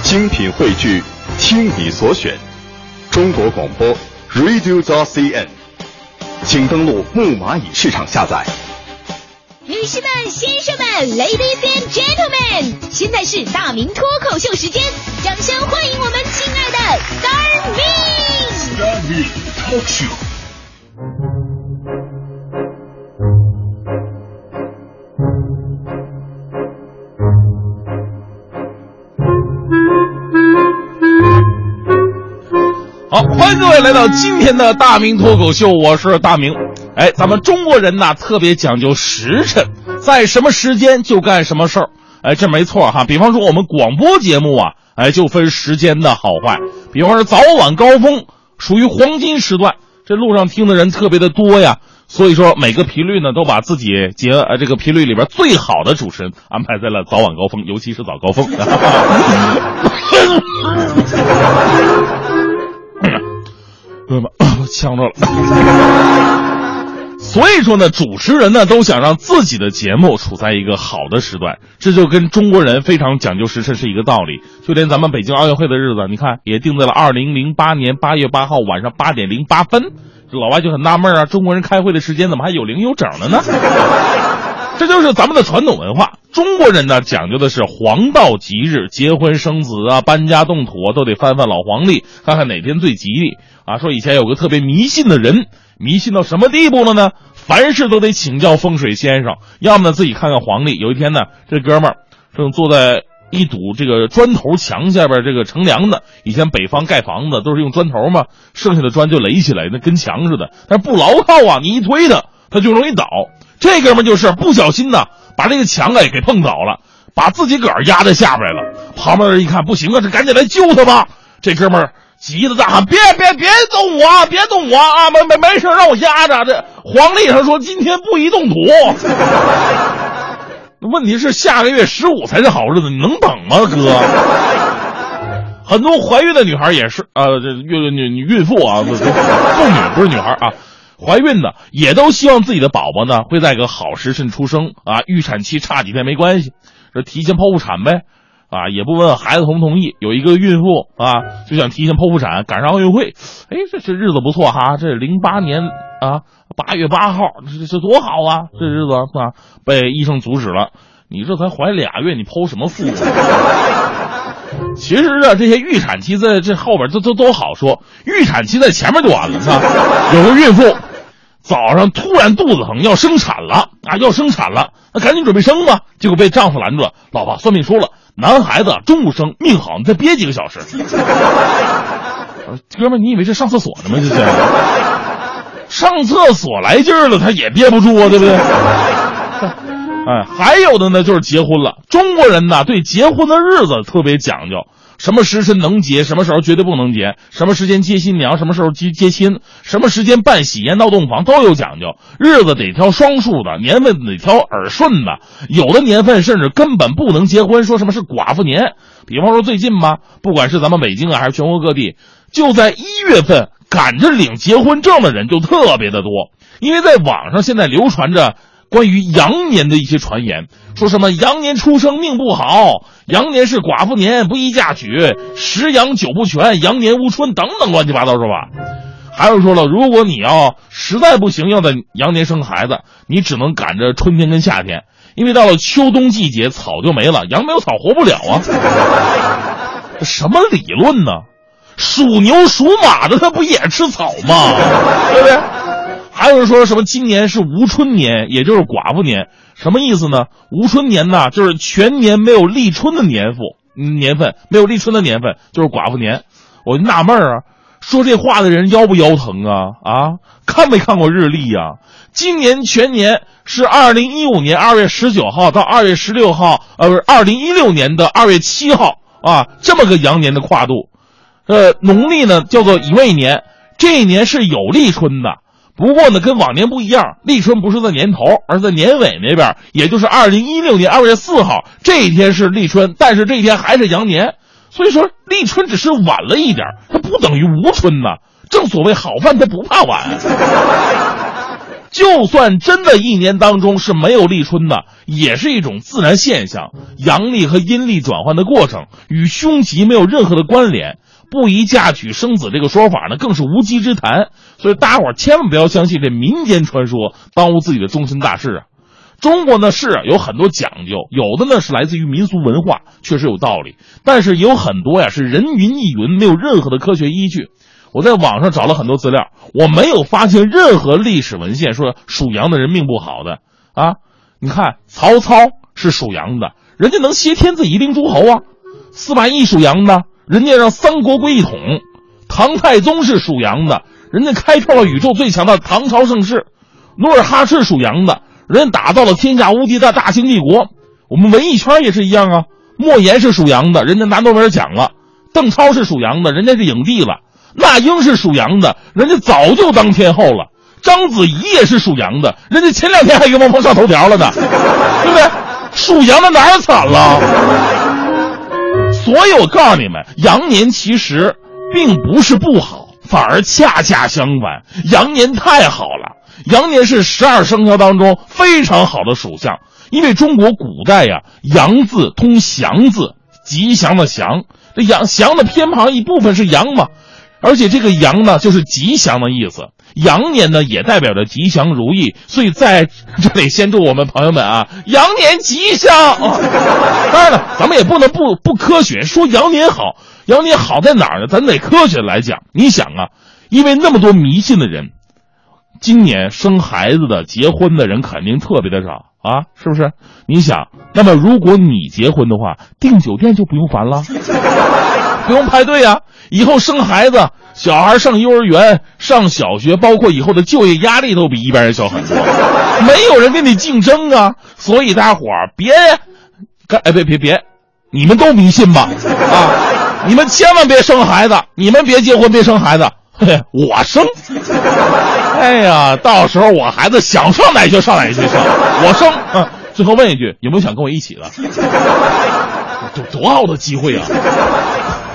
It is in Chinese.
精品汇聚，听你所选，中国广播 Radio.cn， 请登录木蚂蚁市场下载。 女士们、先生们 ，Ladies and Gentlemen， 现在是大明脱口秀时间，掌声欢迎我们亲爱的 Star Me。Star Me Talk Show。 好，欢迎各位来到今天的大明脱口秀，我是大明。哎，咱们中国人呐特别讲究时辰，在什么时间就干什么事儿。哎，这没错哈。比方说我们广播节目啊，哎，就分时间的好坏。比方说早晚高峰属于黄金时段，这路上听的人特别的多呀。所以说每个频率呢都把自己这个频率里边最好的主持人安排在了早晚高峰，尤其是早高峰。呛着了。所以说呢，主持人呢都想让自己的节目处在一个好的时段，这就跟中国人非常讲究时辰是一个道理。就连咱们北京奥运会的日子，你看也定在了2008年8月8号晚上8点08分。老外就很纳闷啊，中国人开会的时间怎么还有零有整的呢？这就是咱们的传统文化。中国人呢讲究的是黄道吉日，结婚生子啊，搬家动土啊，都得翻翻老黄历，看看哪天最吉利啊。说以前有个特别迷信的人，迷信到什么地步了呢？凡事都得请教风水先生，要么呢自己看看黄历。有一天呢，这哥们儿正坐在一堵这个砖头墙下边这个乘凉的，以前北方盖房子都是用砖头嘛，剩下的砖就垒起来，那跟墙似的，但是不牢靠啊，你一推它就容易倒。这哥们就是不小心呢把这个墙给碰倒了，把自己个儿压在下边了。旁边人一看不行啊，这赶紧来救他吧。这哥们急得大喊：别动我啊，别动我啊，没事，让我压着。这黄历上说今天不宜动土。问题是下个月15才是好日子，你能等吗，哥？很多怀孕的女孩也是这孕妇啊，妇女不是女孩啊，怀孕的也都希望自己的宝宝呢会在一个好时辰出生啊，预产期差几天没关系，这提前剖腹产呗啊，也不问孩子同不同意。有一个孕妇啊就想提前剖腹产，赶上奥运会，哎，这日子不错哈，这08年啊8月8号，这多好啊，这日子啊，被医生阻止了。你这才怀2月，你剖什么腹其实啊，这些预产期在这后边都好说，预产期在前面就完了，是吧？有个孕妇早上突然肚子疼，要生产了，那赶紧准备生吧。结果被丈夫拦住了，老婆，算命说了，男孩子中午生，命好，你再憋几个小时。哥们，你以为这上厕所呢吗？这是上厕所来劲儿了，他也憋不住啊，对不对？哎，还有的呢，就是结婚了。中国人呢，对结婚的日子特别讲究，什么时辰能结，什么时候绝对不能结，什么时间接新娘，什么时候接亲，什么时间办喜宴闹洞房都有讲究。日子得挑双数的，年份得挑耳顺的，有的年份甚至根本不能结婚，说什么是寡妇年。比方说最近吧，不管是咱们北京啊，还是全国各地，就在1月份赶着领结婚证的人就特别的多。因为在网上现在流传着关于羊年的一些传言，说什么羊年出生命不好，羊年是寡妇年不宜嫁娶，10羊9不全，羊年无春等等乱七八糟说法。还有说了，如果你要实在不行要在羊年生孩子，你只能赶着春天跟夏天，因为到了秋冬季节草就没了，羊没有草活不了啊。什么理论呢？属牛属马的他不也吃草吗？对不对？还有人说什么今年是无春年，也就是寡妇年，什么意思呢？无春年呢，就是全年没有立春的年份，没有立春的年份就是寡妇年。我就纳闷啊，说这话的人腰不腰疼啊？看没看过日历啊？今年全年是2015年2月19号到2月16号，不是2016年的2月7号啊，这么个羊年的跨度。农历呢叫做乙未年，这一年是有立春的。不过呢，跟往年不一样，立春不是在年头，而在年尾那边，也就是2016年2月4号，这一天是立春，但是这一天还是羊年。所以说，立春只是晚了一点，它不等于无春呐。正所谓好饭它不怕晚。 就算真的一年当中是没有立春的，也是一种自然现象，阳历和阴历转换的过程与凶吉没有任何的关联，不宜嫁娶生子这个说法呢，更是无稽之谈。所以大伙儿千万不要相信这民间传说，耽误自己的终身大事啊。中国呢是有很多讲究，有的呢是来自于民俗文化，确实有道理，但是也有很多呀是人云亦云，没有任何的科学依据。我在网上找了很多资料，我没有发现任何历史文献说属羊的人命不好的啊。你看曹操是属羊的，人家能挟天子以令诸侯啊。司马懿属羊的，人家让三国归一统。唐太宗是属羊的，人家开创了宇宙最强的唐朝盛世。努尔哈赤属羊的，人家打造了天下无敌的大清帝国。我们文艺圈也是一样啊，莫言是属羊的，人家拿诺贝尔奖了。邓超是属羊的，人家是影帝了。那英是属羊的，人家早就当天后了。章子怡也是属羊的，人家前2天还跟汪峰上头条了呢，对不对？属羊的哪儿惨了？所以我告诉你们，羊年其实并不是不好，反而恰恰相反，羊年太好了。羊年是12生肖当中非常好的属相，因为中国古代呀，羊字通祥字，吉祥的祥，这祥的偏旁一部分是羊嘛，而且这个羊呢就是吉祥的意思。羊年呢也代表着吉祥如意，所以在这里先祝我们朋友们啊，羊年吉祥。当然了，咱们也不能不科学说羊年好。羊年好在哪儿呢？咱得科学来讲。你想啊，因为那么多迷信的人，今年生孩子的结婚的人肯定特别的少啊，是不是？你想，那么如果你结婚的话，订酒店就不用烦了，不用排队啊。以后生孩子，小孩上幼儿园上小学，包括以后的就业压力都比一般人小很多，没有人跟你竞争啊。所以大伙儿别你们都迷信吧啊，你们千万别生孩子，你们别结婚别生孩子，嘿，我生。哎呀，到时候我孩子想上哪就上哪去上，我生。最后问一句，有没有想跟我一起的？多好的机会啊！